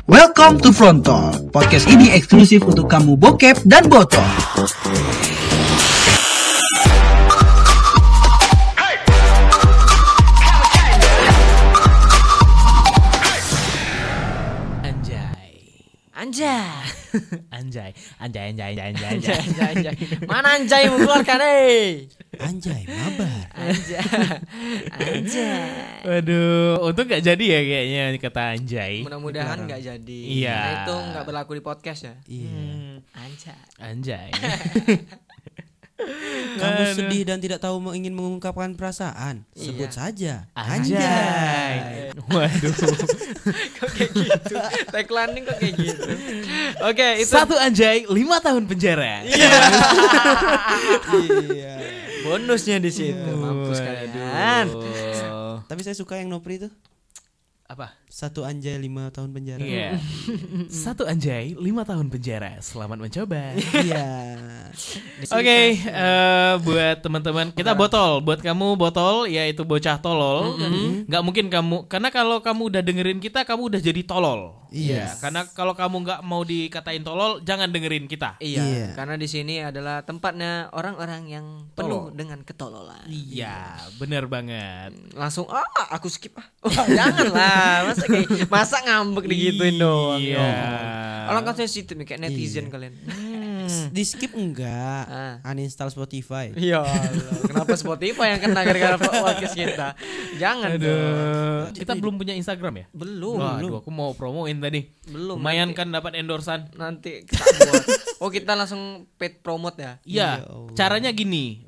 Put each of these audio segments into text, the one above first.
Welcome to Frontal. Podcast ini eksklusif untuk kamu bokep dan botol. Anjay. Mana anjay mengeluarkan Anjay, mabar. Anjay. Waduh, untung gak jadi ya kayaknya kata anjay. Mudah-mudahan nggak jadi. Iya. Nah, itu nggak berlaku di podcast ya. Iya. Anjay. Kamu sedih dan tidak tahu ingin mengungkapkan perasaan, sebut saja Anjay. Waduh. Kok kayak gitu? Tagline kok kayak gitu. Oke, itu Satu anjay, 5 tahun penjara. Iya. bonusnya di situ. Mampus kalian. Waduh. Tapi saya suka yang Nopri itu. Apa? Satu anjay 5 tahun penjara. Iya. Satu anjay, 5 tahun penjara. Selamat mencoba. Iya. Oke, buat teman-teman kita botol, buat kamu botol yaitu bocah tolol. Nggak mungkin kamu, karena kalau kamu udah dengerin kita, kamu udah jadi tolol. Iya. Karena kalau kamu nggak mau dikatain tolol, jangan dengerin kita. Iya, karena di sini adalah tempatnya orang-orang yang penuh dengan ketololan. Iya, bener banget. Langsung aku skip Wah, janganlah. Masa ngambek digituin doang. Iya. Orang kan sensitif nih kayak netizen kalian. Di skip enggak, uninstall Spotify. Ya Allah, kenapa Spotify yang kena gara-gara podcast kita? Jangan dong. Aduh, kita belum punya Instagram ya? Belum. Waduh, aku mau promoin tadi. Belum. Lumayan kan dapat endorsan. Nanti kita buat. Oh, kita langsung paid promote ya? Iya, Ya Allah. caranya gini,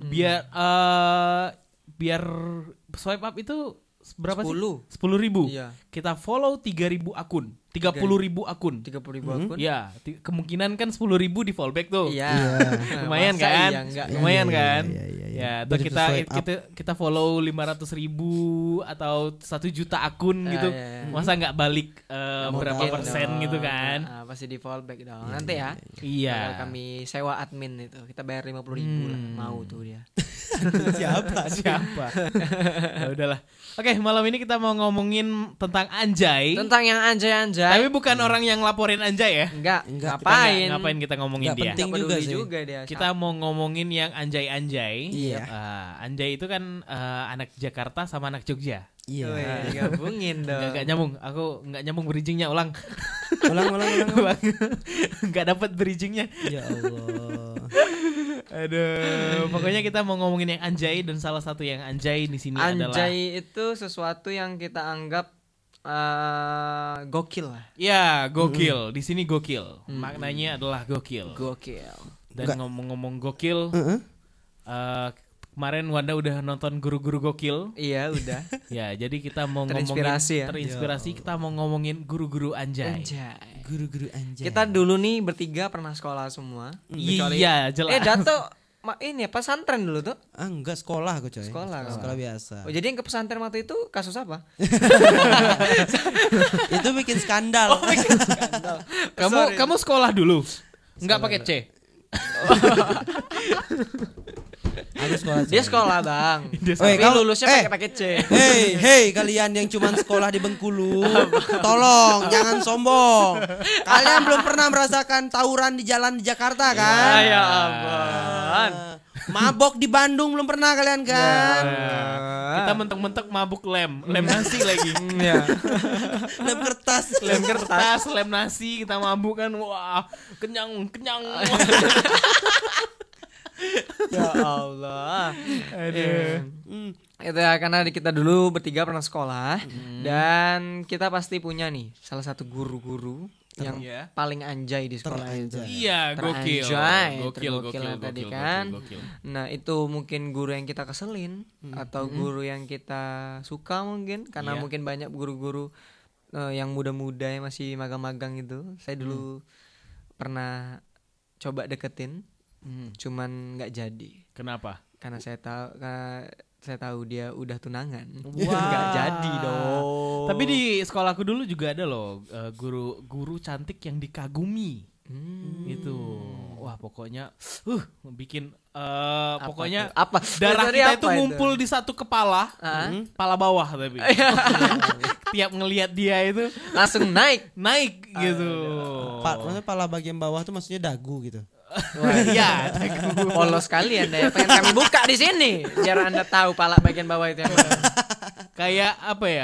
biar swipe up itu berapa 10. sih? 10.000. Iya. Kita follow 3.000 akun, 30.000 akun. 30.000 akun. Ya, kemungkinan kan 10.000 di fallback tuh. Iya. Lumayan Masa kan? iya enggak? Lumayan Iya, kan? iya, iya, iya. Ya, Biar tuh itu swipe up. kita follow 500.000 atau 1 juta akun gitu. iya. Masa nggak balik berapa Mungkin persen dong. gitu kan? Pasti di fallback dong. Nanti ya. Iya. Bakal kami sewa admin itu. Kita bayar 50.000 lah. Mau tuh dia. Siapa? Ya udahlah. Oke, malam ini kita mau ngomongin tentang anjay. Tentang yang anjay-anjay. Tapi bukan orang yang laporin anjay ya. Enggak. Enggak. Ngapain? Ngapain kita ngomongin Nggak dia? penting Nggak juga peduli sih. juga dia. Kita mau ngomongin yang anjay-anjay. Iya. Anjay itu kan anak Jakarta sama anak Jogja. Iya. Wih, gabungin dong. Nggak nyambung. Aku nggak nyambung bridgingnya. Ulang. Ulang. Nggak dapat bridgingnya. Ya Allah. Aduh. Pokoknya kita mau ngomongin yang anjay, dan salah satu yang anjay di sini adalah. Anjay itu sesuatu yang kita anggap gokil lah. Ya, gokil. Di sini gokil. Maknanya adalah gokil. Gokil. Dan ngomong-ngomong gokil, Heeh. kemarin Wanda udah nonton Guru-Guru Gokil. Iya udah. Ya, jadi kita mau Terinspirasi ya? terinspirasi kita mau ngomongin guru-guru anjay. Anjay. Guru-guru anjay. Kita dulu nih bertiga pernah sekolah semua. Iya, jelas. Dato ini ya pesantren dulu tuh. Enggak, sekolah aku coy. Sekolah. Sekolah biasa. Oh, jadi yang ke pesantren waktu itu kasus apa? Itu bikin skandal. Kamu sekolah dulu? Enggak pakai C. Aku sekolah. Dia sekolah, Bang. Oi, Tapi kau- lulusnya pakai C. Hey kalian yang cuma sekolah di Bengkulu, tolong jangan sombong. Kalian belum pernah merasakan tawuran di jalan di Jakarta kan? Ya ampun. Mabok di Bandung belum pernah kalian kan? Kita mentek-mentek mabuk lem nasi lagi. Iya. Lem kertas. Lem kertas, lem nasi kita mabuk kan. Wah, kenyang. Ya Allah. Aduh. Itu ya, karena kita dulu bertiga pernah sekolah dan kita pasti punya nih salah satu guru-guru yang Iya. paling anjay di sekolah itu. Iya, gokil. Teranjay, Gokil tadi kan. Nah, itu mungkin guru yang kita keselin atau guru yang kita suka mungkin karena Iya. mungkin banyak guru-guru yang muda-muda yang masih magang-magang itu. Saya dulu pernah coba deketin, cuman nggak jadi. Kenapa? Karena saya tahu dia udah tunangan. Wah. Nggak jadi dong. Tapi di sekolahku dulu juga ada loh guru cantik yang dikagumi. Gitu. Wah, pokoknya bikin pokoknya tuh? Apa? darah Dari kita apa itu ngumpul di satu kepala, kepala bawah tapi. Tiap ngelihat dia itu Langsung naik. gitu. Maksudnya pala bagian bawah tuh maksudnya dagu gitu. Iya, Polos sekali Anda ya. Pengen kami buka di sini biar Anda tahu pala bagian bawah itu yang mana. kayak apa ya?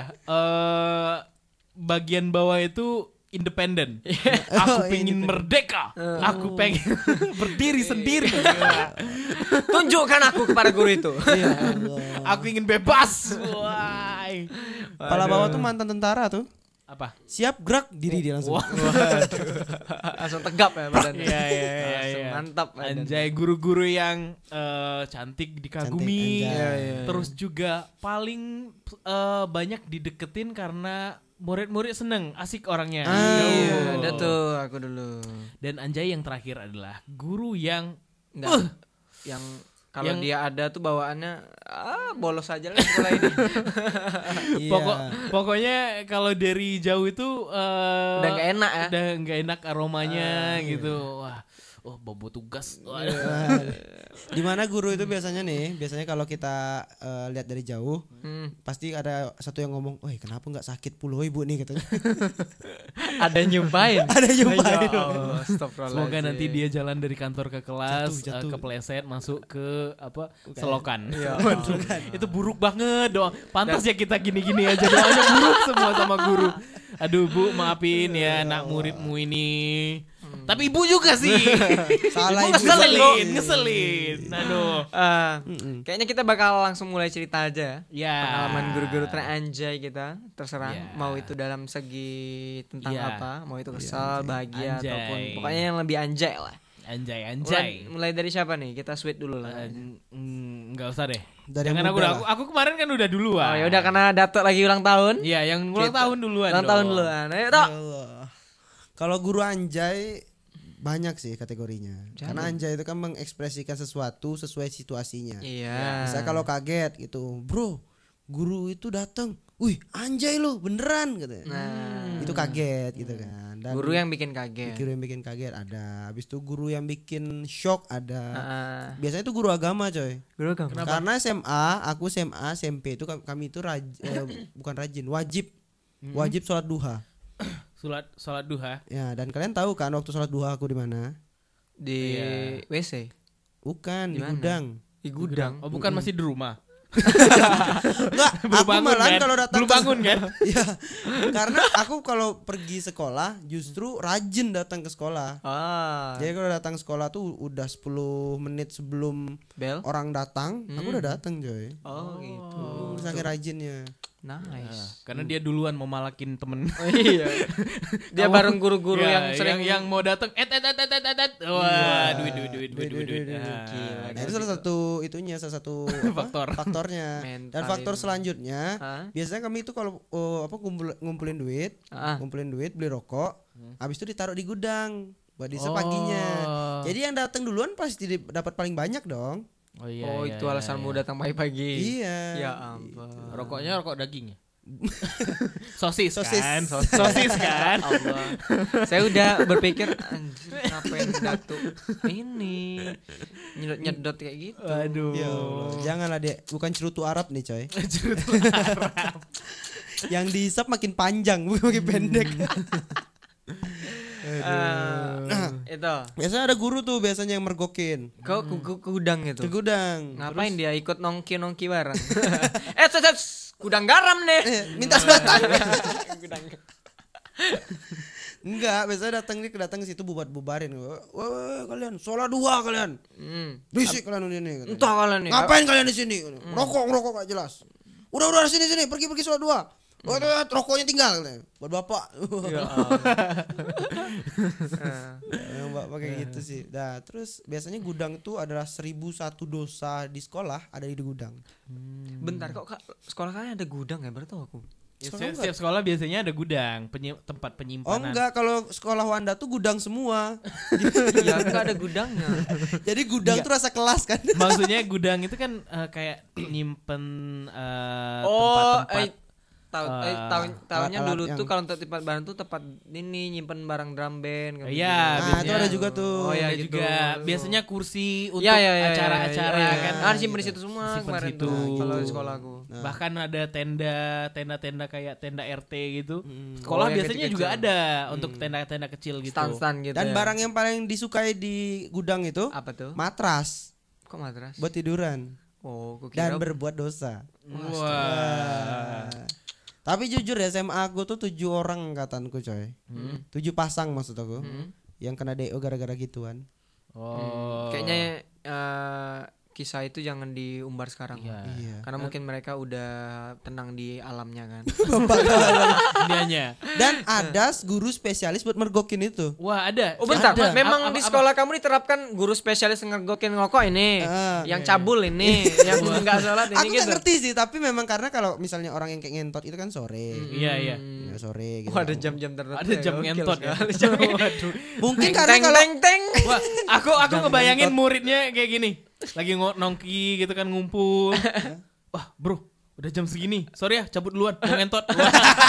Bagian bawah itu independen. Aku pengen merdeka. Aku pengen berdiri sendiri. Tunjukkan aku kepada guru itu. Aku ingin bebas. Wah. Pala bawah tuh mantan tentara tuh. Apa? Siap gerak diri dia langsung. Langsung tegap ya badannya. Iya. Langsung mantap badannya. Anjay, guru-guru yang cantik dikagumi. Cantik, anjay. Terus juga paling banyak dideketin karena murid-murid seneng, asik orangnya. Iya, ada tuh aku dulu. Dan anjay yang terakhir adalah guru yang Yang kalau Yang- dia ada tuh bawaannya bolos aja lah sekolah ini. Iya. Pokoknya kalau dari jauh itu Udah gak enak ya. udah nggak enak aromanya gitu. Wah, bobo tugas. Di mana guru itu biasanya kalau kita lihat dari jauh, pasti ada satu yang ngomong, "Woi, kenapa nggak sakit puluh ibu nih?" katanya. Ada yang nyumpain. Ada yang nyumpain. Ya Allah, astagfirullahaladzim. Semoga nanti dia jalan dari kantor ke kelas, Jatuh. kepleset masuk ke selokan. Ya Waduh, itu buruk banget doang. Pantas ya kita gini-gini aja doanya buruk semua sama guru. Aduh Bu, maafin ya anak muridmu ini. Tapi ibu juga sih. Salah Ibu ibu. ngeselin. Aduh. Kayaknya kita bakal langsung mulai cerita aja. Ya. Pengalaman guru-guru teranjay kita, terserah Ya. mau itu dalam segi tentang Ya. apa, mau itu kesal, bahagia Anjay. ataupun pokoknya yang lebih anjay lah. Anjay. Mulai dari siapa nih? Kita sweet dulu lah. Enggak usah deh. Dari Jangan yang aku, muda aku kemarin kan udah duluan. Oh ya udah karena Dato lagi ulang tahun. Iya, yang ulang Kita- tahun duluan. Ulang tahun dong. duluan. Ayo Ya Tok. Allah. Kalau guru anjay banyak sih kategorinya. Karena anjay itu kan mengekspresikan sesuatu sesuai situasinya. Iya. Bisa kalau kaget gitu, "Bro, guru itu datang. Wih, anjay lo, beneran," katanya. Nah, Itu kaget gitu kan. Dan guru yang bikin kaget. guru yang bikin kaget ada. Habis itu guru yang bikin shock ada. Ah, Biasanya itu guru agama, coy. guru kamu. Karena aku SMA, SMP itu kami itu bukan rajin, wajib sholat duha. Salat duha. Ya, dan kalian tahu kan waktu sholat duha aku di mana? Di Iya. WC, Bukan, di Di mana? gudang. di gudang. Oh, bukan masih di rumah. Enggak, aku malahan kan? kalau datang Belum bangun kan? Iya. Karena aku kalau pergi sekolah justru rajin datang ke sekolah. Ah, Jadi kalau datang sekolah tuh udah 10 menit sebelum bel. orang datang, aku udah datang, coy. Oh, gitu. Saking rajinnya. Nice. Karena dia duluan mau malakin temen. Oh, iya. Dia bareng guru-guru Ya, yang sering yang mau datang wah, duit. Nah, itu salah satu itunya, salah satu faktornya. Dan Mental faktor ini. selanjutnya, Hah? biasanya kami itu kalau ngumpulin duit, Ah. beli rokok, habis itu ditaruh di gudang buat diisi paginya. Jadi yang datang duluan pasti dapat paling banyak dong. Oh iya. Oh, itu alasanmu datang pagi-pagi. Iya. Ya ampun. Rokoknya rokok daging ya? Sosis Sosis. kan? Sosis kan? Allah. Saya udah berpikir anjir ngapain Datuk ini nyedot kayak gitu. Aduh. Ya Allah, janganlah Dek, bukan cerutu Arab nih coy. Yang dihisap makin panjang, bukan makin pendek. Itu. Biasanya ada guru tuh biasanya yang mergokin Kau ke gudang itu. ke gudang. Ngapain dia ikut nongki bareng? Gudang garam nih. Minta sebatang. Gudang. Enggak, biasanya datang ke situ bubarin. Wah, kalian sholat duha kalian. Berisik kalian ini. katanya. Entah kalian nih. Ngapain kalian di sini? Rokok gak jelas. Udah sini pergi sholat duha. Rokoknya tinggal katanya. Buat bapak. Ya Yang bapak kayak gitu sih. Nah, terus biasanya gudang tuh adalah 1001 dosa di sekolah ada di gudang. Bentar kok Kak, sekolah kalian ada gudang ya? Baru tahu aku. Ya, setiap sekolah biasanya ada gudang, tempat Oh penyimpanan. enggak, kalau sekolah Wanda tuh gudang semua. Iya, enggak ada gudangnya. Jadi gudang tuh rasa kelas kan. Maksudnya gudang itu kan kayak nyimpen Oh, tempat-tempat. Tahunya alat-alat dulu yang- tuh kalau untuk tempat barang tuh tempat ini nyimpen barang drum band kayak Iya, Nah, gitu. itu ada juga tuh. Oh, ya, ada gitu. juga. Biasanya kursi untuk Ya, acara-acara ya. kan. Ah, disimpen di situ semua Disimpen kemarin situ. tuh kalau di sekolahku. Bahkan ada tenda-tenda kayak tenda RT gitu. Hmm. Sekolah Oh, yang biasanya kecil-kecil. juga ada untuk tenda-tenda kecil gitu. Stand-stand gitu. Dan ya. barang yang paling disukai di gudang itu apa tuh? matras Kok matras? buat tiduran Oh, kukira dan berbuat dosa. Wah. Tapi jujur ya SMA aku tuh 7 orang angkatanku coy. 7 pasang maksud aku. Yang kena DO gara-gara gituan. Oh. kayaknya kisah itu jangan diumbar sekarang. Iya. Karena mungkin mereka udah tenang di alamnya kan. Dianya. Dan ada guru spesialis buat mergokin itu. Wah, ada. Oh bentar, Ada. memang Apa- di sekolah kamu diterapkan guru spesialis ngegokin ngokok ini, yang cabul ini, yang enggak sholat ini Aku gitu. gak ngerti sih, tapi memang karena kalau misalnya orang yang kayak ngentot itu kan sore. Iya, iya. Ya, sore gitu. Wah, ada jam-jam tertentu. Ada ya, jam gokil ngentot ya. sekali, jam Waduh. Mungkin Teng karena teng kalau teng teng. Wah, aku ngebayangin muridnya kayak gini. Lagi nongki gitu kan ngumpul. Wah, bro, udah jam segini. Sorry ya, cabut duluan. Mau ngentot. Wah,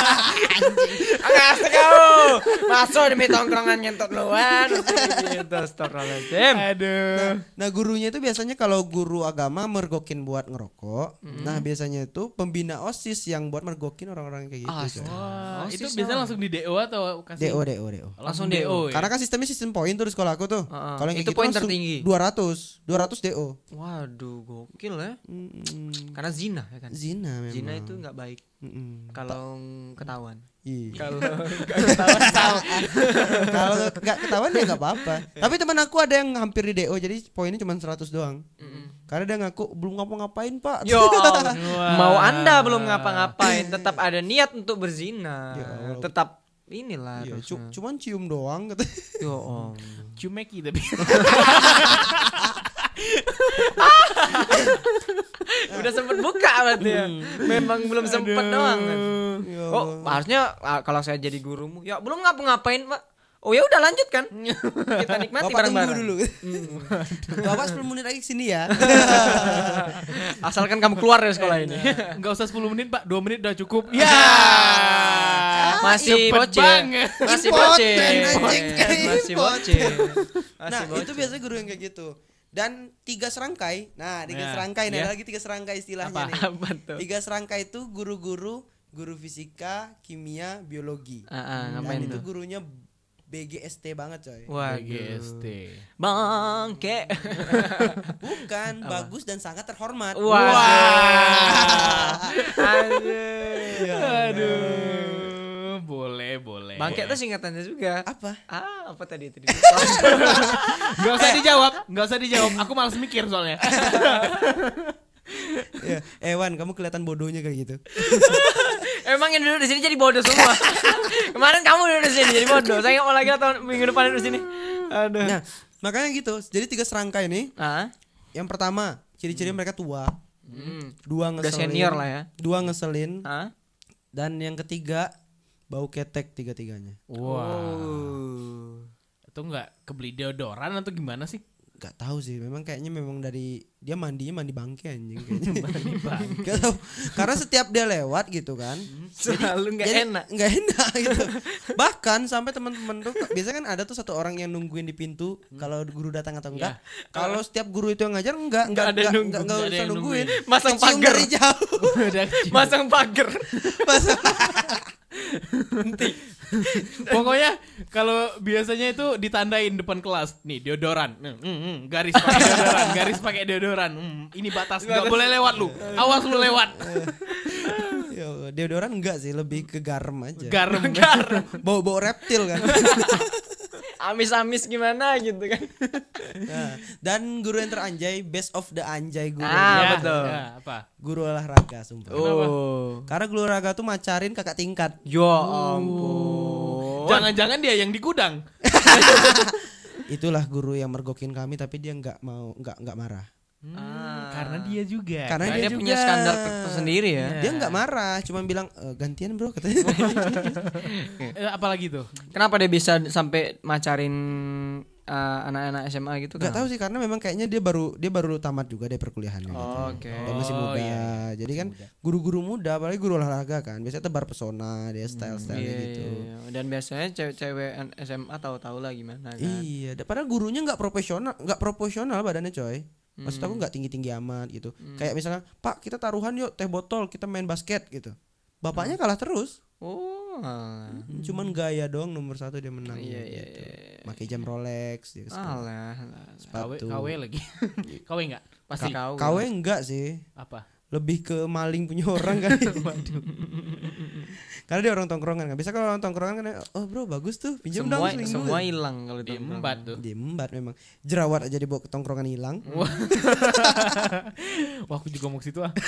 Asik kau. Masuk demi tongkrongan ngentot luan. Gitu, astagfirullahaladzim. aduh. nah gurunya itu biasanya kalau guru agama mergokin buat ngerokok. Nah, biasanya itu pembina OSIS yang buat mergokin orang-orang kayak gitu. coy. Wah, itu OSIS biasanya lah. langsung di DO atau kasih? DO. Langsung DO. Ya? Karena kan sistemnya sistem poin tuh di sekolah aku tuh. Kalau yang Itu kayak poin gitu langsung tertinggi. 200 DO. Waduh, gokil ya. Mm-mm. Karena zina ya kan. Zina memang. Zina itu nggak baik Mm-mm. kalau ketahuan. Iya. Kalau nggak ketahuan salah. Kalau nggak ketahuan ya nggak apa-apa. Tapi teman aku ada yang hampir di DO jadi poinnya cuma 100 doang. Karena dia ngaku belum ngapa-ngapain pak. Yo, Allah. Wah. Mau Anda belum ngapa-ngapain, tetap ada niat untuk berzina. Ya Allah. Tetap inilah Iya, harusnya. cuman cium doang kata. Yo, Om. Cumeki tapi. Udah sempet buka berarti ya. Memang belum sempet doang kan. Ya Oh, harusnya kalau saya jadi gurumu, ya belum ngapa-ngapain, Pak. Oh ya udah lanjut kan. Kita nikmati Bapak tunggu bareng-bareng. dulu. Bapak 10 menit lagi kesini ya. Asalkan kamu keluar dari sekolah ini. Enggak usah 10 menit, Pak. 2 menit udah cukup. Ya. Masih Cepet bocil. banget. Masih Impoten, bocil. anjing. Masih Impoten. bocil. Nah, itu biasanya guru yang kayak gitu. Dan 3 serangkai. Nah, 3 Ya, serangkai. Nah, ya. ada lagi 3 serangkai istilahnya Apa? nih. Apa tuh? 3 serangkai itu guru fisika, kimia, biologi. Ngapain Dan itu tuh? gurunya BGST banget coy. Waduh. GST. Bangke. Bukan, bagus dan sangat terhormat. Wah. Anjir. Aduh. Boleh. Bangke itu singkatannya juga. Apa? Apa tadi itu? Enggak usah dijawab. Aku malas mikir soalnya. Ya, Ewan, kamu kelihatan bodohnya kayak gitu. Emang yang duduk di sini jadi bodoh semua. Kemarin kamu duduk di sini jadi bodoh. Saya nggak mau lagi tahun minggu depan duduk di sini. Aduh. Nah, makanya gitu. Jadi 3 serangkai ini. Ah? Yang pertama, ciri-ciri mereka tua. Hmm. 2 Udah ngeselin. senior lah ya. 2 ngeselin. Ah? Dan yang ketiga, bau ketek 3-tiganya. Wah. Oh. Itu enggak kebeli deodoran atau gimana sih? Gak tahu sih, memang kayaknya memang dari dia mandinya mandi bangke anjing kayaknya. Gak tahu. Karena setiap dia lewat gitu kan. Selalu nggak jadi enak. nggak enak gitu. Bahkan sampai teman-teman tuh biasanya kan ada tuh satu orang yang nungguin di pintu kalau guru datang atau enggak. Kalau setiap guru itu yang ngajar enggak ada yang nunggu. enggak Nggak ada usah yang nungguin. Masang Kecium pagar. dari jauh. Udah kecil. Masang pagar. Pokoknya kalau biasanya itu ditandain depan kelas nih deodoran, garis pakai deodoran, garis pakai deodoran. Ini batas nggak boleh lewat lu, awas lu lewat. Ya, deodoran enggak sih, lebih ke garam aja. Garam. Bau-bau reptil kan. Amis-amis gimana gitu kan. Nah, dan guru yang teranjay, best of the anjay guru. Ah, betul. Ya, apa? Guru olahraga sumpah. Oh. Karena guru olahraga tuh macarin kakak tingkat. Ya ampun. Jangan-jangan dia yang di gudang. Itulah guru yang mergokin kami tapi dia nggak mau nggak marah. Karena dia juga. Karena Nah, dia dia juga punya standar tersendiri ya. Dia nggak marah, cuma bilang gantian bro katanya. Apalagi tuh? Kenapa dia bisa sampai macarin anak-anak SMA gitu Gak kan? tahu sih karena memang kayaknya dia baru tamat juga deh perkuliahannya gitu. Oke. Dan masih muda. iya. Jadi kan guru-guru muda apalagi guru olahraga kan biasanya tebar pesona dia style-style Iya, gitu. iya. Dan biasanya cewek-cewek SMA tahu-tahu lah gimana kan. Iya, padahal gurunya nggak proporsional badannya coy. Maksud aku nggak tinggi-tinggi amat gitu. Kayak misalnya, Pak kita taruhan yuk teh botol kita main basket gitu. Bapaknya kalah terus. Oh. alah. Cuman gaya doang nomor 1 dia menang. Iya, gitu. iya, iya. Pakai jam Rolex dia ke sekolah. Alah. Sepatu. KW lagi. KW enggak? Pasti. Kau. KW enggak sih. Apa? Lebih ke maling punya orang kan. Karena dia orang tongkrongan kan. Biasa kalau orang tongkrongan kan, oh bro bagus tuh, pinjam dong seminggu. Semua hilang kalau itu. Embat tuh. Dia embat memang. Jerawat aja dibawa ke tongkrongan hilang. Wah, aku juga mau ke situ ah.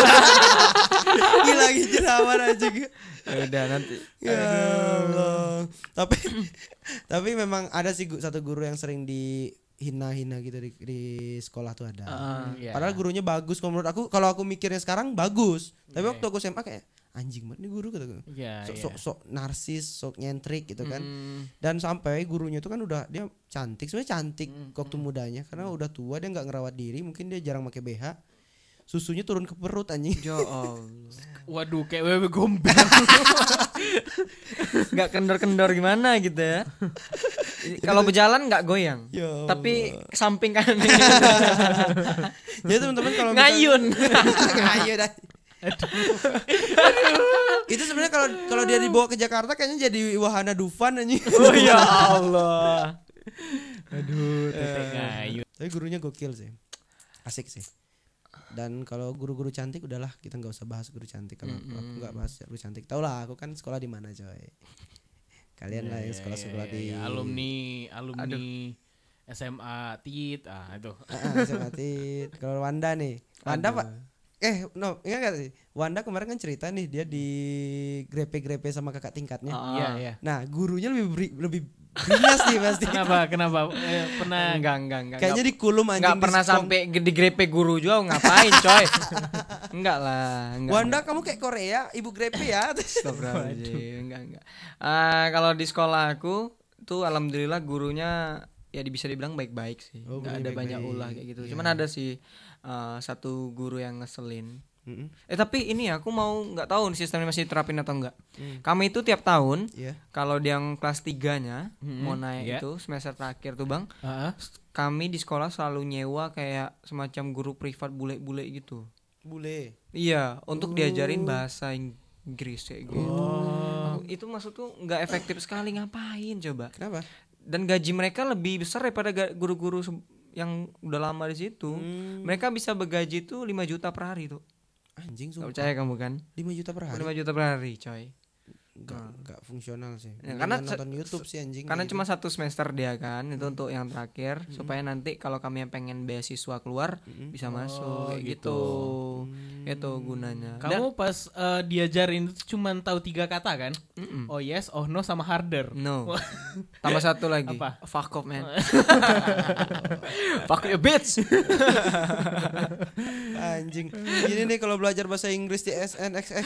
Lagi jerawat aja. Udah nanti. Ya Allah. Tapi memang ada sih satu guru yang sering dihina-hina gitu di sekolah tuh ada. Iya. Padahal gurunya bagus kalau menurut aku. Kalau aku mikirnya sekarang bagus. Tapi waktu aku SMA kayak anjing banget nih guru kata gue. Iya, Sok narsis, sok nyentrik gitu kan. Hmm. Dan sampai gurunya itu kan udah dia cantik, sebenarnya cantik waktu mudanya karena udah tua dia nggak ngerawat diri, mungkin dia jarang pakai BH. Susunya turun ke perut anjing. Ya Allah. Waduh, kayak wewe gombel. Nggak kendor-kendor gimana gitu ya. Kalau berjalan nggak goyang. Ya Tapi samping kanan. Jadi teman-teman kalau Ngayun. ngayun dah. Itu sebenarnya kalau dia dibawa ke Jakarta kayaknya jadi wahana Dufan anjing. Oh ya Allah. Aduh, teteh ngayu. Tapi gurunya gokil sih. Asik sih. Dan kalau guru-guru cantik udahlah kita nggak usah bahas guru cantik. Kalau aku nggak bahas guru cantik. Tau lah aku kan sekolah di mana coy. Kalian lah yang sekolah-sekolah di alumni SMA Tit itu. SMA Tit. Kalau Wanda nih. Wanda Pak. Ingat gak sih? Wanda kemarin kan cerita nih dia di grepe-grepe sama kakak tingkatnya. Iya. Nah, gurunya lebih beringas nih pasti. Kenapa? Pernah Enggak. Kayaknya dikulum anjing. Enggak pernah sampai di grepe guru juga ngapain coy. Enggak lah, enggak. Wanda kamu kayak Korea, ibu grepe ya. Astagfirullahaladzim. Enggak. Kalau di sekolah aku tuh alhamdulillah gurunya ya bisa dibilang baik-baik sih. Oh, Enggak ada baik-baik. banyak ulah kayak gitu. Iya. Cuman ada sih satu guru yang ngeselin. Tapi ini aku mau nggak tahu nih sistemnya masih diterapin atau enggak. Kami itu tiap tahun Iya. kalau yang kelas 3-nya mau naik itu semester terakhir tuh Bang, kami di sekolah selalu nyewa kayak semacam guru privat bule-bule gitu. Bule. Iya, untuk diajarin bahasa Inggris kayak gitu. Itu maksud tuh nggak efektif sekali, ngapain coba? Kenapa? Dan gaji mereka lebih besar daripada guru-guru yang udah lama di situ. Mereka bisa bergaji tuh 5 juta per hari tuh. Anjing Gak sumpah. percaya kamu kan? 5 juta per hari. 5 juta per hari, coy. Enggak fungsional sih. Ya, Karena karena nonton YouTube sih anjing. Karena kayak cuma 1 semester dia kan, itu untuk yang terakhir supaya nanti kalau kami yang pengen beasiswa keluar bisa masuk kayak gitu. Itu gunanya. Kamu pas diajarin itu cuma tahu 3 kata kan? Oh yes, oh no sama harder. No. Tambah satu lagi. Apa? Fuck off man. Fuck you bitch. anjing. Ini nih kalau belajar bahasa Inggris di SNXX.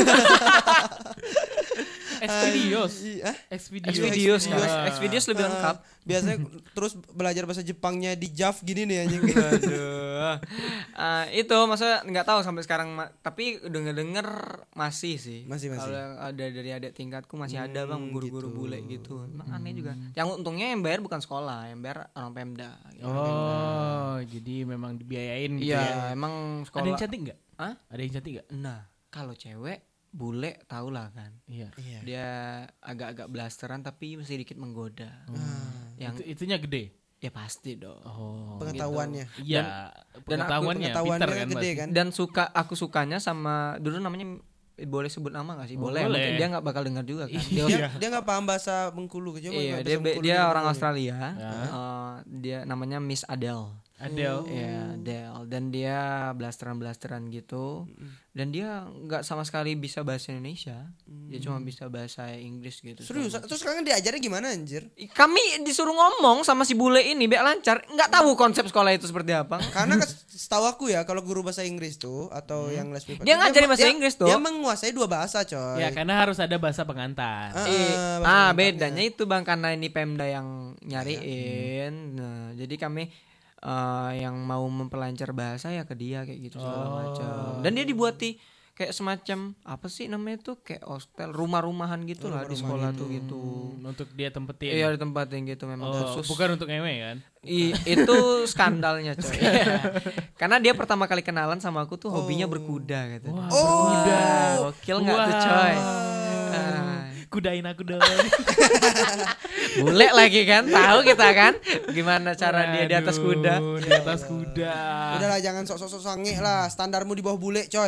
Xvideos. Xvideos lebih lengkap. Biasanya terus belajar bahasa Jepangnya di JAV gini nih anjing. Aduh. Itu maksudnya nggak tahu sampai sekarang tapi denger masih sih. Masih. Kalau yang ada dari adik tingkatku masih ada Bang guru-guru gitu. bule gitu. Emang aneh juga. Yang untungnya yang bayar bukan sekolah, yang bayar orang Pemda. Gitu. Oh, jadi memang dibiayain gitu Iya, ya. emang sekolah. Ada yang cantik enggak? Hah? Ada yang cantik enggak? Nah, kalau cewek bule tau lah kan. Iya. Dia agak-agak blasteran tapi masih sedikit menggoda. Yang Itunya gede. ya pasti dong. Oh. Pengetahuannya. Iya, dan pengetahuannya Pengetahuannya pintar kan gede pasti. kan. Dan aku sukanya sama dulu namanya boleh sebut nama gak sih? Boleh. boleh. Mungkin dia nggak bakal dengar juga kan. Dia enggak paham bahasa Bengkulu. Iya, dia orang Australia. Dia namanya Miss Adele. Adele. Ya, Adele. Dan dia blasteran gitu. Dan dia nggak sama sekali bisa bahasa Indonesia. Dia cuma bisa bahasa Inggris gitu. Serius? Terus sekarang diajarnya gimana anjir? Kami disuruh ngomong sama si bule ini biar lancar. Nggak tahu konsep sekolah itu seperti apa. Karena setahu aku ya kalau guru bahasa Inggris tuh atau yang les privat Dia ngajarin bahasa Inggris tuh. Dia menguasai 2 bahasa, coy. Ya karena harus ada bahasa pengantar. Bedanya itu Bang, karena ini Pemda yang nyariin. Nah, jadi kami yang mau memperlancar bahasa ya ke dia kayak gitu segala macam. Dan dia dibuati kayak semacam apa sih namanya tuh, kayak hostel, rumah-rumahan gitu lah di sekolah tuh gitu. Untuk dia tempetin. Iya, ditempatin gitu memang khusus. Bukan untuk ngewe kan? Itu skandalnya coy. Karena dia pertama kali kenalan sama aku tuh hobinya berkuda gitu. Wah, berkuda. Gokil nggak tuh coy? Kudain aku dong. Bule lagi kan, tahu kita kan gimana cara dia di atas kuda. Di atas kuda. Udahlah jangan sok-sok sange lah, standarmu di bawah bule, coy.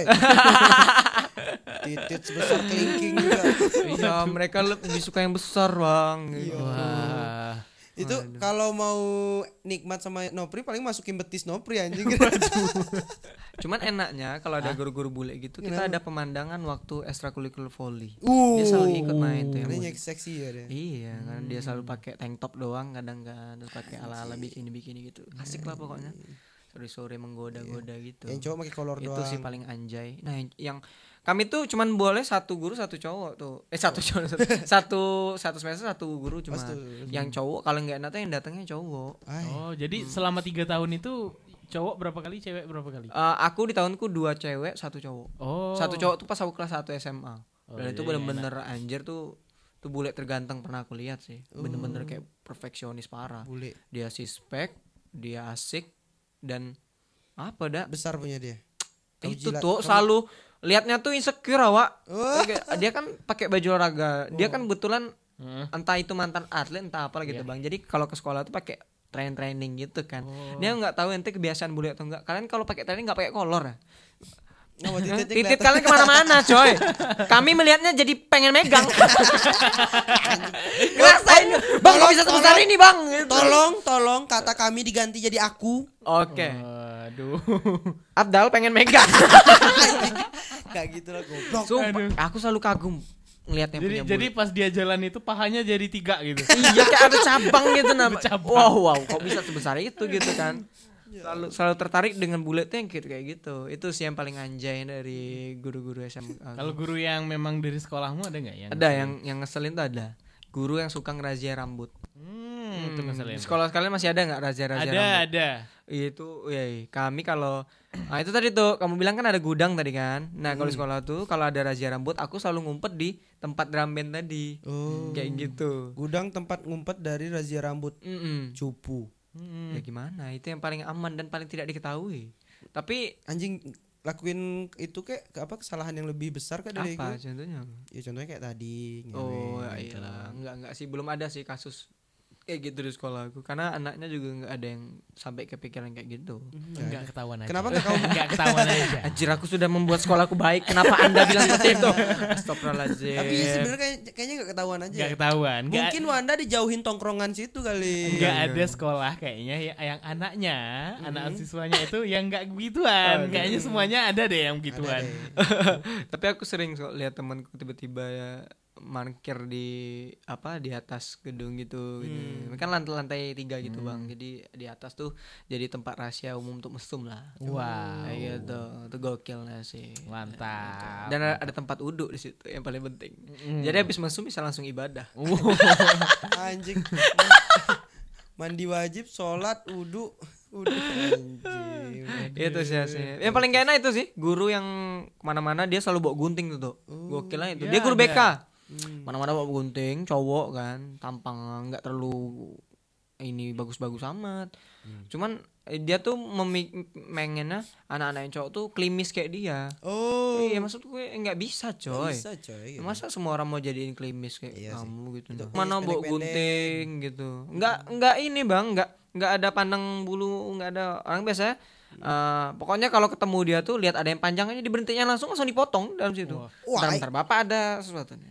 Titit sebesar kelingking juga. Iya, mereka lebih suka yang besar, Bang. Wah. Itu kalau mau nikmat sama Nopri paling masukin betis Nopri anjing. Cuman enaknya kalau ada guru-guru bule gitu, kita ada pemandangan waktu ekstrakurikuler volley. Dia Dia selalu ikut main tuh. Ini seksi ya dia. Iya, kan dia selalu pakai tank top doang kadang kan, terus pakai ala-ala bikini-bikini gitu. Asik lah pokoknya. Sore-sore menggoda-goda gitu. Yang cowok pakai kolor Itu doang. sih paling anjay. Nah, yang kami tuh cuman boleh satu guru satu cowok tuh. Satu semester satu guru cuma. Yang cowok kalau nggak enak tuh yang datangnya cowok. Oh, jadi selama 3 tahun itu cowok berapa kali, cewek berapa kali? Aku di tahunku 2 cewek, 1 cowok. Oh. 1 cowok tuh pas aku kelas 1 SMA. Dan itu jadi bener-bener anjir tuh bule terganteng pernah aku lihat sih. Bener-bener kayak perfeksionis parah. Bule. Dia sispek, dia asik dan apa dah? Besar punya dia. Itu tuh selalu liatnya tuh insecure awak. Dia kan pakai baju olahraga. Dia kan kebetulan entah itu mantan atlet entah apa gitu Bang. Jadi kalau ke sekolah tuh pakai training gitu kan. Dia nggak tahu ente kebiasaan bule atau enggak. Kalian kalau pakai training nggak pakai kolor ya? Titit kalian kemana-mana coy. Kami melihatnya jadi pengen megang. Ngerasain Bang kok bisa sebesar ini Bang gitu. Tolong kata kami diganti jadi aku. Oke. Aduh. Abdal pengen megang. Kayak gitu lah goblok. Sumpah, aku selalu kagum ngelihatnya punya bule. Jadi pas dia jalan itu pahanya jadi 3 gitu. Iya kayak ada cabang gitu Bercabang. Wow kok bisa sebesar itu gitu kan. Selalu tertarik dengan bule tuh yang kayak gitu. Itu sih yang paling anjay dari guru-guru SMA. Kalau guru yang memang dari sekolahmu ada nggak ya? Ada yang ngeselin tuh ada. Guru yang suka ngerazia rambut. Itu ngeselin. Di sekolah kalian masih ada nggak razia-razia rambut? Ada. Itu kami kalau itu tadi tuh kamu bilang kan ada gudang tadi kan. Nah, kalau di sekolah tuh kalau ada razia rambut aku selalu ngumpet di tempat drum band tadi. Kayak gitu. Gudang tempat ngumpet dari razia rambut. Mm-mm. Cupu. Ya gimana? Itu yang paling aman dan paling tidak diketahui. Tapi Anjing lakuin itu kayak apa kesalahan yang lebih besar kan dari apa itu? contohnya? Ya contohnya kayak tadi. Oh, ngewe, gitu. iyalah. Enggak sih, belum ada sih kasus kayak gitu di sekolah aku. Karena anaknya juga enggak ada yang sampai kepikiran kayak gitu. Enggak ketahuan aja. Kenapa nggak kamu? Enggak ketahuan aja. Anjir, aku sudah membuat sekolahku baik. Kenapa Anda bilang seperti itu? Astagfirullahaladzim. Tapi sebenarnya kayaknya nggak ketahuan aja. Enggak ketahuan. Mungkin Wanda dijauhin tongkrongan situ kali. Enggak ada sekolah kayaknya yang anaknya, anak siswanya itu yang enggak begituan. Kayaknya semuanya ada deh yang begituan. Tapi aku sering lihat temanku tiba-tiba ya parkir di atas gedung gitu. Kan lantai 3 gitu Bang. Jadi di atas tuh jadi tempat rahasia umum untuk mesum lah. Wow. Kayak gitu. Itu gokil lah sih. Mantap. Dan ada tempat uduk di situ yang paling penting. Jadi habis mesum bisa langsung ibadah. Anjing. Mandi wajib, sholat, wudu. Anjing. Itu sih aslinya. Yang paling gak enak itu sih guru yang kemana-mana dia selalu bawa gunting tuh. Gokil lah itu. Dia guru BK. Mana-mana bawa gunting, cowok kan, tampang nggak terlalu ini bagus-bagus amat. Cuman dia tuh mengennya anak-anak yang cowok tuh klimis kayak dia. Oh. Iya, maksud gue nggak bisa coy. Bisa coy. Gitu. Masa semua orang mau jadiin klimis kayak Iya kamu gitu. Itu Mana bawa pendek-pendek. gunting gitu. Nggak ini Bang, nggak ada pandang bulu, nggak ada. Orang biasa pokoknya kalau ketemu dia tuh lihat ada yang panjang aja diberhentinya langsung dipotong dalam situ. Wah. Bentar, Bapak ada sesuatu nih.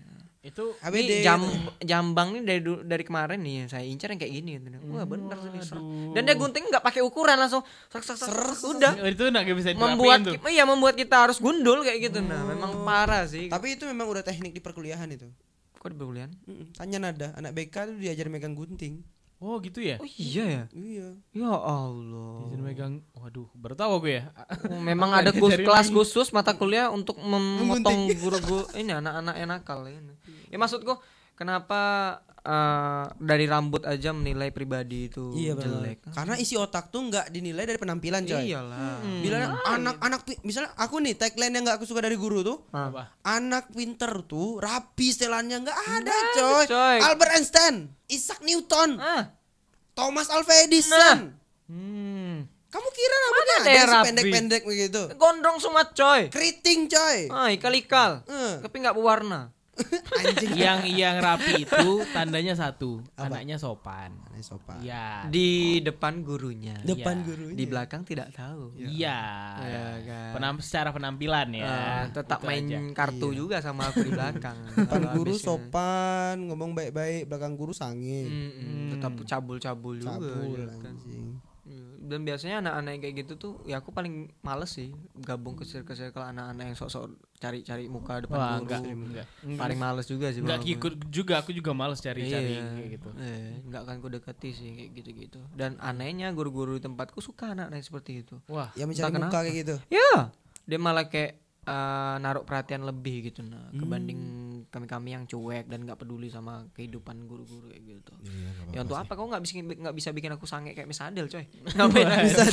Itu ABD. Ini jambang nih dari kemarin nih saya incar yang kayak gini. Wah bener sih. Aduh. Dan dia gunting nggak pakai ukuran langsung sak udah. Itu nggak bisa Membuat dirapiin tuh. membuat kita harus gundul kayak gitu. Nah, memang parah sih. Tapi itu memang udah teknik di perkuliahan itu. Kok di perkuliahan? Tanya Nada, anak BK tuh diajar megang gunting. Oh gitu ya. Oh iya ya. Iya. Ya Allah. Izin megang. Waduh, baru tahu aku ya. Memang ada Diajarin kelas lagi. khusus mata kuliah untuk memotong guru-guru ini anak-anak yang nakal ini. Ya maksudku kenapa dari rambut aja menilai pribadi itu Iya benar. jelek? Karena isi otak tuh nggak dinilai dari penampilan coy. Iyalah. Bila anak-anak misalnya aku nih tagline yang nggak aku suka dari guru tuh, Apa? anak pinter tuh rapi setelannya nggak ada Nggak coy. ada, coy. Albert Einstein, Isaac Newton, Thomas Alva Edison. Kamu kira rambutnya ada ada yang yang rapi? pendek-pendek begitu? Gondrong semua coy. Keriting coy. Ikal-ikal. Tapi nggak berwarna. Anjing. Yang rapi itu tandanya satu, anaknya sopan. Sopan. Iya. Di depan gurunya. Depan Iya. gurunya. Di belakang tidak tahu. Iya. Iya kan. Secara penampilan ya. Tetap Itu main aja. kartu juga sama aku di belakang. Depan Kalau guru habisnya. sopan, ngomong baik-baik, belakang guru sange. Tetap cabul-cabul juga. Cabul ya kan. anjing. Dan biasanya anak-anak yang kayak gitu tuh ya aku paling males sih gabung ke circle anak-anak yang sok-sok cari-cari muka depan Wah, guru. enggak. Paling males juga sih. Enggak bang aku. ikut juga, aku juga males cari-cari Iya. kayak gitu. Enggak akan ku dekati sih kayak gitu-gitu. Dan anehnya guru-guru di tempatku suka anak-anak yang seperti itu. Wah, Ya mencari Entah muka kenapa. kayak gitu. Ya, dia malah kayak naruh perhatian lebih gitu nah kebanding kami-kami yang cuek dan nggak peduli sama kehidupan guru-guru kayak gitu. Ya untuk apa kau nggak bisa bikin aku sange kayak Miss Adel coy? Ngapain bisa?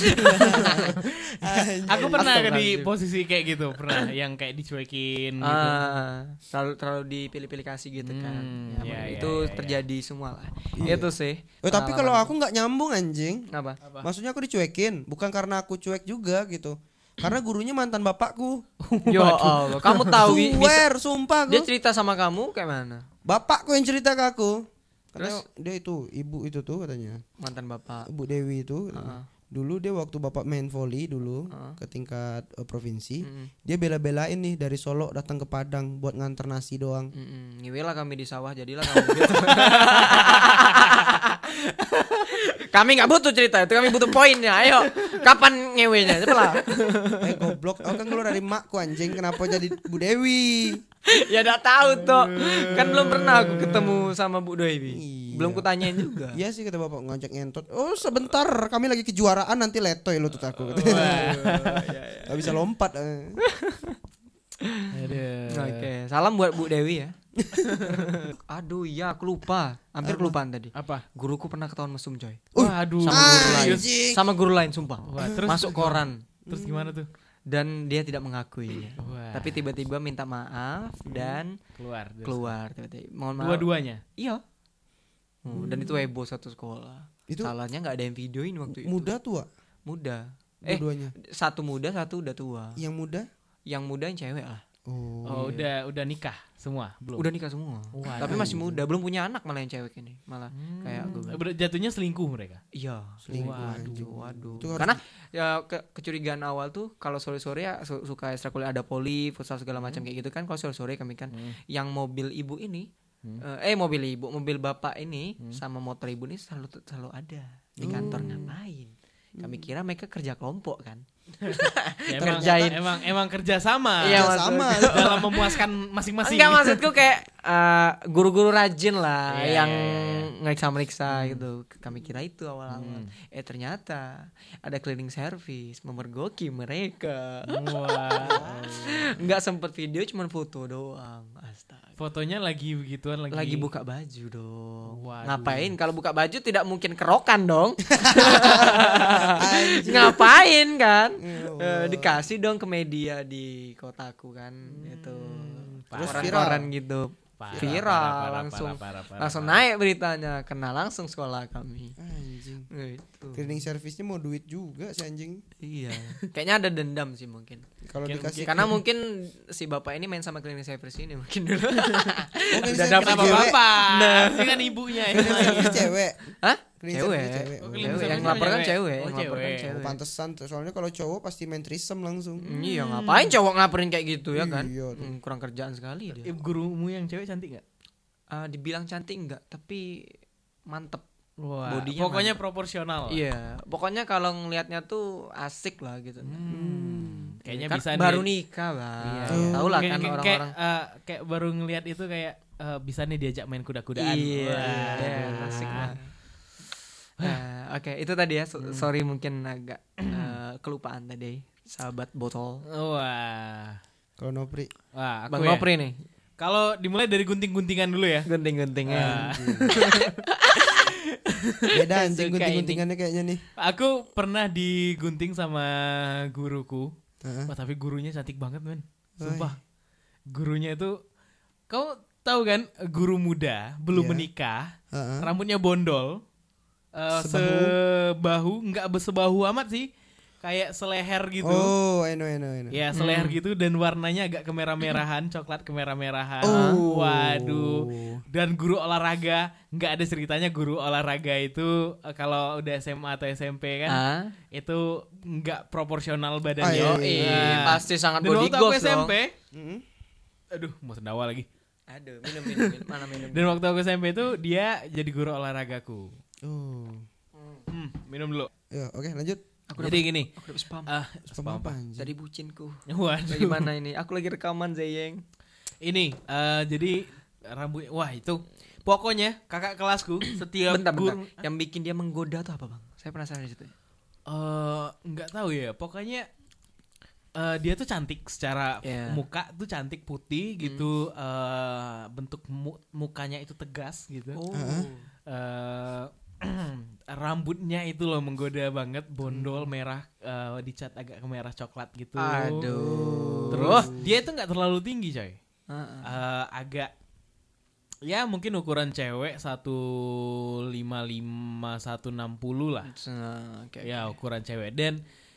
aku pernah di Astagfirullahaladzim. posisi kayak gitu, pernah yang kayak dicuekin gitu. Terlalu dipilih-pilih kasih gitu kan. Ya, Itu ya. terjadi semua lah. Itu sih. Tapi kalau pengalaman. aku nggak nyambung anjing. Apa? Maksudnya aku dicuekin, bukan karena aku cuek juga gitu. Karena gurunya mantan bapakku. Ya Allah, kamu tahu Swear, sumpah dia aku. cerita sama kamu kayak mana? Bapakku yang cerita ke aku. Terus? Katanya dia itu, ibu itu tuh katanya. Mantan bapak. Ibu Dewi itu. Dulu dia waktu bapak main volley dulu ke tingkat provinsi, dia bela-belain nih dari Solo datang ke Padang buat nganter nasi doang. Ngewe lah kami di sawah jadilah kamu gitu. Kami nggak butuh cerita itu, kami butuh poinnya. Ayo, kapan ngewenya? Cepelah. Goblok, aku kan keluar dari makku anjing, kenapa jadi Bu Dewi? Ya udah tahu tuh. Kan belum pernah aku ketemu sama Bu Dewi. Iya. Belum kutanyain juga. Iya sih kata bapak ngajak ngentot. Oh sebentar, kami lagi kejuaraan nanti letoy lo tuh aku. Gak bisa lompat. Oke, salam buat Bu Dewi ya. Aduh iya aku lupa. Hampir kelupaan tadi. Apa? Guruku pernah ketahuan mesum coy. Waduh. Sama guru lain. anjing. Sama guru lain sumpah. Wah, terus Masuk koran. Terus gimana tuh? Dan dia tidak mengakui. Wah. Tapi tiba-tiba minta maaf dan keluar tiba-tiba. Mohon maaf. Dua-duanya. Iya. Dan itu heboh satu sekolah. Itu- Salahnya nggak ada yang videoin waktu itu. Muda tua, Muda. dua-duanya. Satu muda, satu udah tua. Yang muda? Yang muda yang cewek lah. Oh, udah nikah semua? Belum. Udah nikah semua. Waduh. Tapi masih muda, belum punya anak malah yang cewek ini. Malah kayak aku. Jatuhnya selingkuh mereka. Iya. Selingkuh, anjing. Waduh. Itu harus Karena ya kecurigaan awal tuh kalau sore-sore ya suka ekstrakurikuler ada poli, futsal segala macam kayak gitu kan. Kalau sore-sore kami kan yang mobil ibu ini mobil bapak ini sama motor ibu ini selalu ada di kantor ngapain? Kami kira mereka kerja kelompok kan. Ya, Kerjain. emang kerja sama. Iya, sama. Dalam memuaskan masing-masing. Enggak maksudku kayak guru-guru rajin lah Iya, yang iya. ngeriksa-meriksa gitu. Kami kira itu awal-awal. Ternyata ada cleaning service memergoki mereka. Wah. Enggak sempet video cuman foto doang. Astaga. Fotonya lagi begituan Lagi buka baju dong. Waduh. Ngapain? Kalau buka baju tidak mungkin kerokan dong. Ngapain kan? Dikasih dong ke media di kotaku kan itu. Terus Koran-koran gitu. Parah, Viral parah, langsung parah, langsung naik beritanya, kena langsung sekolah kami. Anjing. Gitu. Cleaning service-nya mau duit juga si anjing. Iya. Kayaknya ada dendam sih mungkin. Kalau dikasih Karena mungkin si bapak ini main sama cleaning service ini mungkin dulu. cleaning udah service dapet Kenapa cewek. bapak? Ini kan ibunya ya. Cleaning service cewek. Hah? Cleaning Cewek. service cewek. Oh, Oh, cleaning Cewek. Yang service ngelaporkan cewek. cewek. Oh, Yang ngelaporkan cewek. cewek. pantesan soalnya kalau cowok pasti main threesome langsung. Iya ngapain cowok ngelaporin kayak gitu ya kan? Iya tuh. Kurang kerjaan sekali dia. Gurumu yang cewek cantik nggak? Dibilang cantik enggak, tapi mantep. Wah, Bodinya pokoknya mantep. proporsional. Iya, pokoknya kalau ngelihatnya tuh asik lah gitu. Kayaknya Kan bisa baru nih. nikah bang, Iya. tahu lah Kayak- kan kayak- orang-orang. kayak baru ngelihat itu kayak bisa nih diajak main kuda-kudaan. Iya, Wah. asik lah. Oke, itu tadi ya. Sorry mungkin agak kelupaan tadi, sahabat botol. Wah. Kalau Nopri Wah, aku Bang ya. Nopri nih, Kalau dimulai dari gunting-guntingan dulu ya. gunting-guntingnya. beda anjing Suka gunting-guntingannya kayaknya nih. Aku pernah digunting sama guruku. Heeh. Wah, tapi gurunya cantik banget, men. Sumpah. Gurunya itu kamu tahu kan, guru muda belum Iya. menikah, Heeh. rambutnya bondol. Sebahu? Sebahu, enggak sebahu amat sih. Kayak seleher gitu. Oh, I know. Ya seleher gitu dan warnanya agak kemerah-merahan, coklat kemerah-merahan. Oh. Waduh. Dan guru olahraga, nggak ada ceritanya guru olahraga itu kalau udah SMA atau SMP kan itu nggak proporsional badannya. Ah, iya. Pasti sangat Dan body waktu aku goals dong. SMP, Mm-mm. aduh mau sendawa lagi. Aduh, minum. Mana minum? Dan waktu aku SMP itu dia jadi guru olahragaku. Oh. Minum dulu. Ya, oke, lanjut. Jadi gini. Aku dapat spam. Spam apa anjing? Dari bucinku. Waduh. Bagaimana ini? Aku lagi rekaman Zeyeng. Ini jadi rambut, wah itu pokoknya kakak kelasku setiap Bentar. guru Yang bikin dia menggoda tuh apa bang? Saya penasaran di situ. nggak tahu ya, pokoknya dia tuh cantik secara Yeah. muka tuh cantik putih gitu, bentuk mukanya itu tegas gitu. Eh, rambutnya itu loh menggoda banget, bondol merah, dicat agak kemerah coklat gitu. Aduh. Terus dia itu nggak terlalu tinggi coy. Heeh. Agak ya mungkin ukuran cewek 155 160 lah. Oke. Ya ukuran cewek dan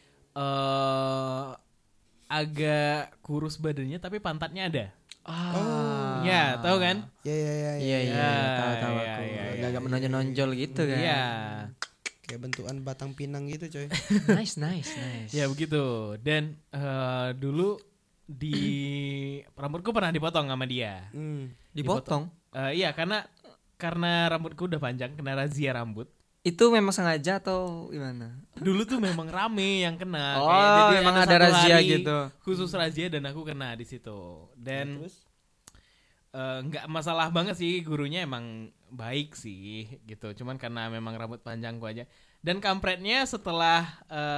agak kurus badannya tapi pantatnya ada. Ya tahu kan? Ya. Iya. Tahu iya, aku. iya, Agak menonjol-nonjol gitu kan. Iya. Kayak bentukan batang pinang gitu, coy. Nice. Ya begitu. Dan dulu di rambutku pernah dipotong sama dia. Dipotong. Iya karena rambutku udah panjang kena razia rambut. Itu memang sengaja atau gimana? Dulu tuh memang rame yang kena. Oh, Jadi memang ada satu razia hari gitu. Khusus razia dan aku kena di situ. Dan nggak masalah banget sih, gurunya emang baik sih gitu. Cuman karena memang rambut panjangku aja. Dan kampretnya setelah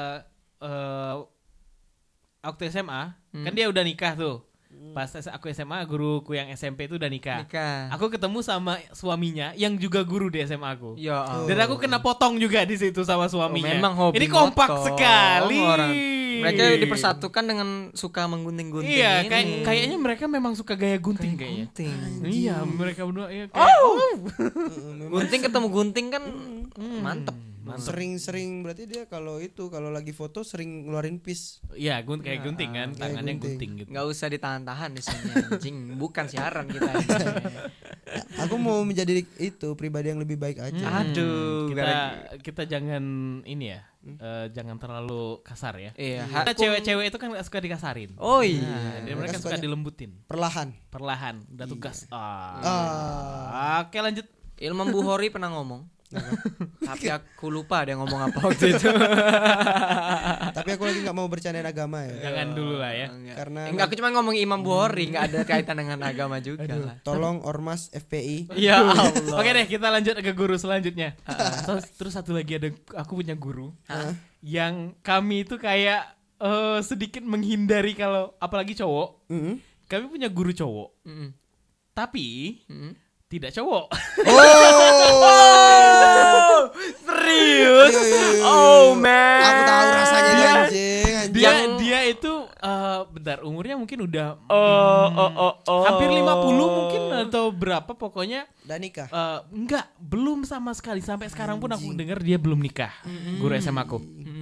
waktu SMA, kan dia udah nikah tuh. Pas aku SMA, guruku yang SMP itu udah nikah. Aku ketemu sama suaminya yang juga guru di SMA aku. Ya. Dan aku kena potong juga di situ sama suaminya. Memang hobi ini kompak motong sekali. orang. Mereka dipersatukan dengan suka menggunting-gunting. Iya, ini. kayaknya mereka memang suka gaya gunting kayaknya. Gunting. Iya, mereka berdua ya kayak, Gunting ketemu gunting kan mantep. Sering berarti dia kalau lagi foto sering ngeluarin pis. Iya, kayak gunting kan, kayak tangannya gunting. gunting gitu. Nggak usah ditahan-tahan di sini anjing. Bukan siaran kita. Aku mau menjadi itu pribadi yang lebih baik aja. Aduh. Kita jangan ini ya, jangan terlalu kasar ya. Iya. Karena cewek-cewek itu kan suka dikasarin. Oh iya. Jadi mereka suka dilembutin. Perlahan. Perlahan, udah tugas. Oke, lanjut. Ilmu Bukhari pernah ngomong. Tapi aku lupa dia ngomong apa waktu itu. Tapi aku lagi nggak mau bercandain agama ya. Jangan dulu lah ya. Karena Enggak, aku cuma ngomong Imam Bukhari, enggak ada kaitan dengan agama juga lah. tolong ormas FPI. Ya Allah. Oke deh, kita lanjut ke guru selanjutnya. Terus satu lagi aku punya guru yang kami itu kayak sedikit menghindari kalau apalagi cowok. Kami punya guru cowok, tapi tidak cowok. Serius? Oh man. Aku tahu rasanya dia anjing. Dia itu bentar, umurnya mungkin udah hampir 50 mungkin atau berapa, pokoknya Udah nikah. enggak, belum sama sekali sampai sekarang pun aku dengar dia belum nikah. Guru SMA aku.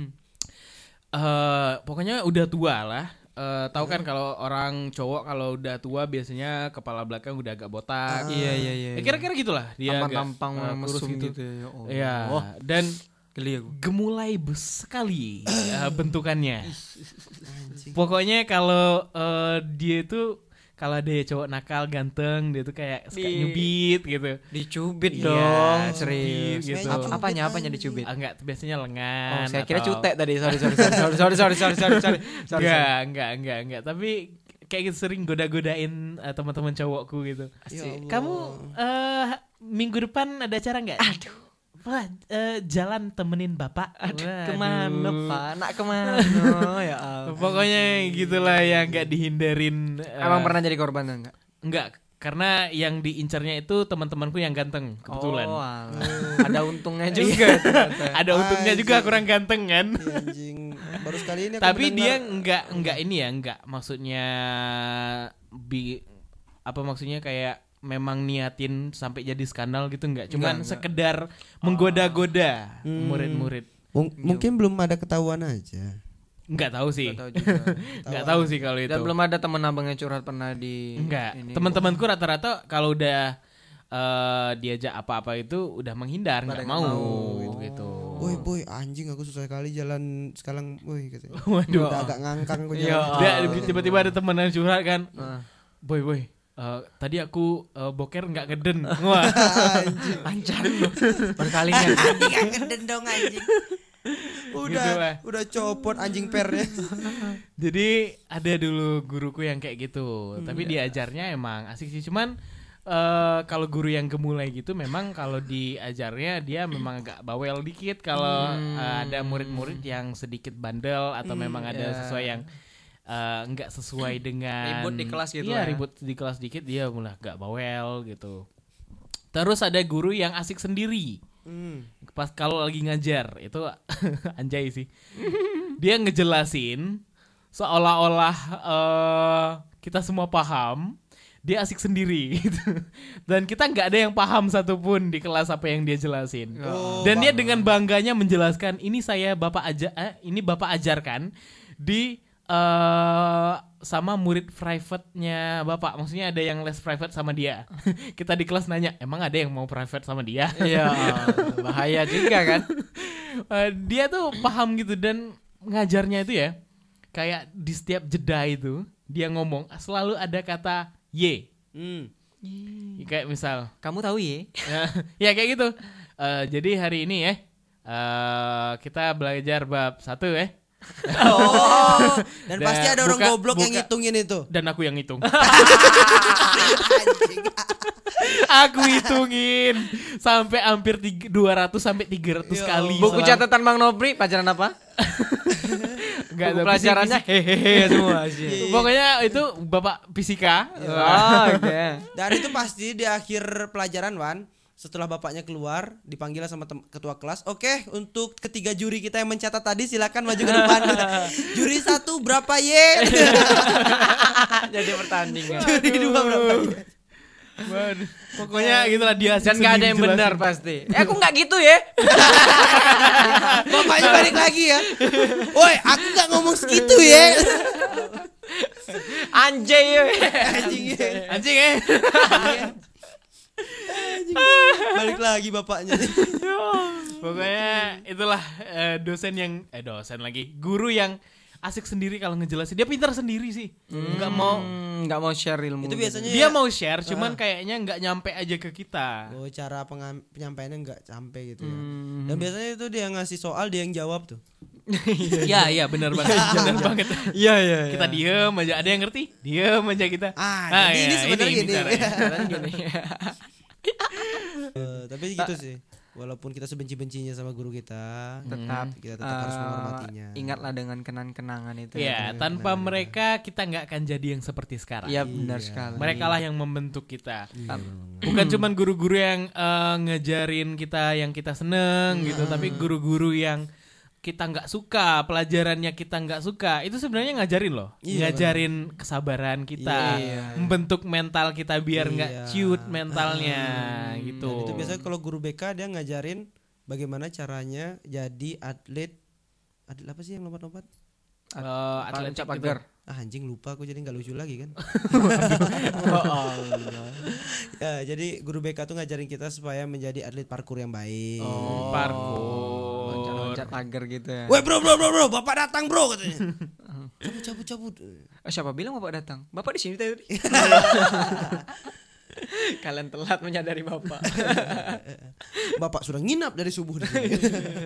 Pokoknya udah tua lah. Tahu kan kalau orang cowok kalau udah tua biasanya kepala belakang udah agak botak. Iya. Kira-kira gitulah dia Tampang kurus mesum gitu. gitu ya. Oh. Iya. Dan Geli aku. gemulai sekali bentukannya. Pokoknya kalau dia itu kalau ada cowok nakal ganteng dia tuh kayak suka nyubit gitu. Dicubit Iya, dong, cubit serius. gitu. Apanya dicubit? Enggak, biasanya lengan. Oh, saya kira atau- cutek tadi. Sorry. Enggak. Tapi kayak gitu sering goda-godain teman-teman cowokku gitu. Asik. Kamu minggu depan ada acara nggak? Aduh. Wah, jalan temenin bapak. Aduh, Waduh. kemana Pak? Nak kemana? Ya ampun. Pokoknya gitulah yang nggak dihindarin. Emang pernah jadi korban enggak? Enggak, karena yang diincarnya itu teman-temanku yang ganteng kebetulan. Oh, alah. Ada untungnya juga ternyata. Ada untungnya juga kurang ganteng kan. Iya, anjing. Baru sekali ini aku Tapi dia mendengar- enggak ini ya, enggak maksudnya apa maksudnya kayak memang niatin sampai jadi skandal gitu enggak, cuman Enggak. sekedar menggoda-goda murid-murid. Mungkin belum ada ketahuan aja. Enggak tahu sih. Nggak tahu juga. Enggak tahu sih kalau itu. Dan belum ada teman abangnya curhat pernah di Enggak. ini. Teman-temanku rata-rata kalau udah diajak apa-apa itu udah menghindar, enggak mau gitu. Woi boy, anjing aku susah kali jalan sekarang, woi katanya. Waduh. Udah agak ngangkang aku Iya. jalan. Tiba-tiba ada teman yang curhat kan. Ah. Boy, tadi aku boker nggak ngeden. Wah, Lancar lu. Berkalinya. Gak keden dong anjing. Gitu lah. Udah copot anjing pernya. jadi ada dulu guruku yang kayak gitu. Tapi diajarnya emang asik sih. Cuman kalau guru yang gemulai gitu memang kalau diajarnya dia memang agak bawel dikit. Kalau ada murid-murid yang sedikit bandel atau memang ada sesuai yang nggak sesuai dengan Ribut di kelas gitu Iya, ya. ribut di kelas dikit dia mulai agak bawel gitu. Terus ada guru yang asik sendiri. Pas kalau lagi ngajar itu anjay sih. Dia ngejelasin seolah-olah kita semua paham. Dia asik sendiri gitu. Dan kita nggak ada yang paham satupun di kelas apa yang dia jelasin. Dan dia dengan bangganya menjelaskan ini ini Bapak ajarkan di sama murid private-nya Bapak. Maksudnya ada yang les private sama dia. Kita di kelas nanya, emang ada yang mau private sama dia? Iya, bahaya juga kan. Dia tuh paham gitu dan ngajarnya itu ya kayak di setiap jeda itu dia ngomong selalu ada kata Y. Kayak misal Kamu tahu ya? ya kayak gitu. Jadi hari ini ya kita belajar bab 1 ya. Oh, dan Dah, pasti ada orang buka- goblok yang buka. ngitungin itu. Dan aku yang hitung. Anjing. Aku hitungin sampai hampir 200 sampai 300 kali. Buku selang- catatan Bang Nobri pelajaran apa? Enggak Buku ada pelajarannya hehehe semua sih. Pokoknya itu Bapak fisika. Oh, oke. Dan itu pasti di akhir pelajaran Wan, setelah bapaknya keluar dipanggil sama ketua kelas. Oke, untuk ketiga juri kita yang mencatat tadi silakan maju ke depan. Juri 1 berapa ye? Jadi pertandingan. Juri 2 berapa ye? Waduh. Pokoknya gitulah dia Dan gak ada yang sendiri benar jelasin. pasti. Aku gak gitu ya. Bapaknya balik lagi ya. Woi, aku nggak ngomong segitu ya. Anjay ya. Anjing ya. Anjing ya. Balik lagi bapaknya. Pokoknya itulah dosen lagi, guru yang asik sendiri kalau ngejelasin. Dia pintar sendiri sih. Nggak mau share ilmu. Itu biasanya Dia mau share cuman kayaknya nggak nyampe aja ke kita. oh, cara penyampaiannya nggak sampai gitu ya. Dan biasanya itu dia ngasih soal dia yang jawab tuh. Iya benar banget. Benar banget. Iya. Kita diem aja, ada yang ngerti? Diem aja kita. Jadi ini sebenarnya gini. caranya. Tapi gitu sih. Walaupun kita sebenci-bencinya sama guru kita, kita tetap harus menghormatinya. Ingatlah dengan kenang-kenangan itu. Ya, tanpa mereka kita nggak akan jadi yang seperti sekarang. Iya benar sekali. Mereka lah yang membentuk kita. Bukan cuman guru-guru yang ngejarin kita yang kita seneng gitu, tapi guru-guru yang kita nggak suka, pelajarannya kita nggak suka, itu sebenarnya ngajarin loh, ngajarin kesabaran kita, membentuk mental kita biar nggak ciut mentalnya gitu. Dan itu biasanya kalau guru BK dia ngajarin bagaimana caranya jadi atlet apa sih yang lompat-lompat? Atlet Pencak gitu. pagar. Anjing lupa aku jadi nggak lucu lagi kan. Oh Allah. Ya, jadi guru BK tuh ngajarin kita supaya menjadi atlet parkour yang baik. Parkour. Loncat pagar gitu ya. Woi bro, bapak datang bro katanya. cabut. Siapa bilang bapak datang? Bapak di sini tadi. Kalian telat menyadari bapak. Bapak sudah nginap dari subuh di sini.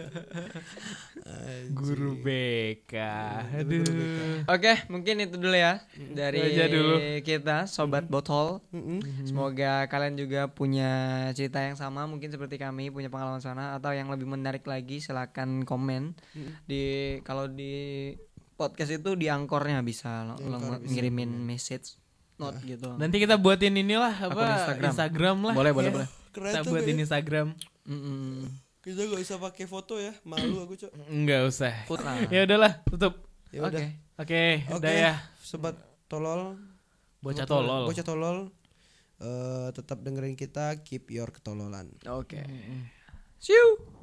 Guru BK. Aduh. Oke, mungkin itu dulu ya dari Itu aja dulu. kita Sobat Botol. Semoga kalian juga punya cerita yang sama mungkin seperti kami, punya pengalaman sana atau yang lebih menarik lagi silakan komen di kalau di podcast itu di Anchor-nya bisa lo ngirimin message note gitu. Nanti kita buatin inilah apa Akun Instagram. Instagram lah. Boleh. Keren Kita tuh buatin ya. Instagram. Kita gak usah pakai foto ya. Malu aku, Cok. Enggak usah. Putra. Ya udahlah, tutup. Ya udah. Oke, udah ya. Sobat tolol, Bocah tolol. bocah tolol. Tetap dengerin kita, keep your ketololan. Oke. See you.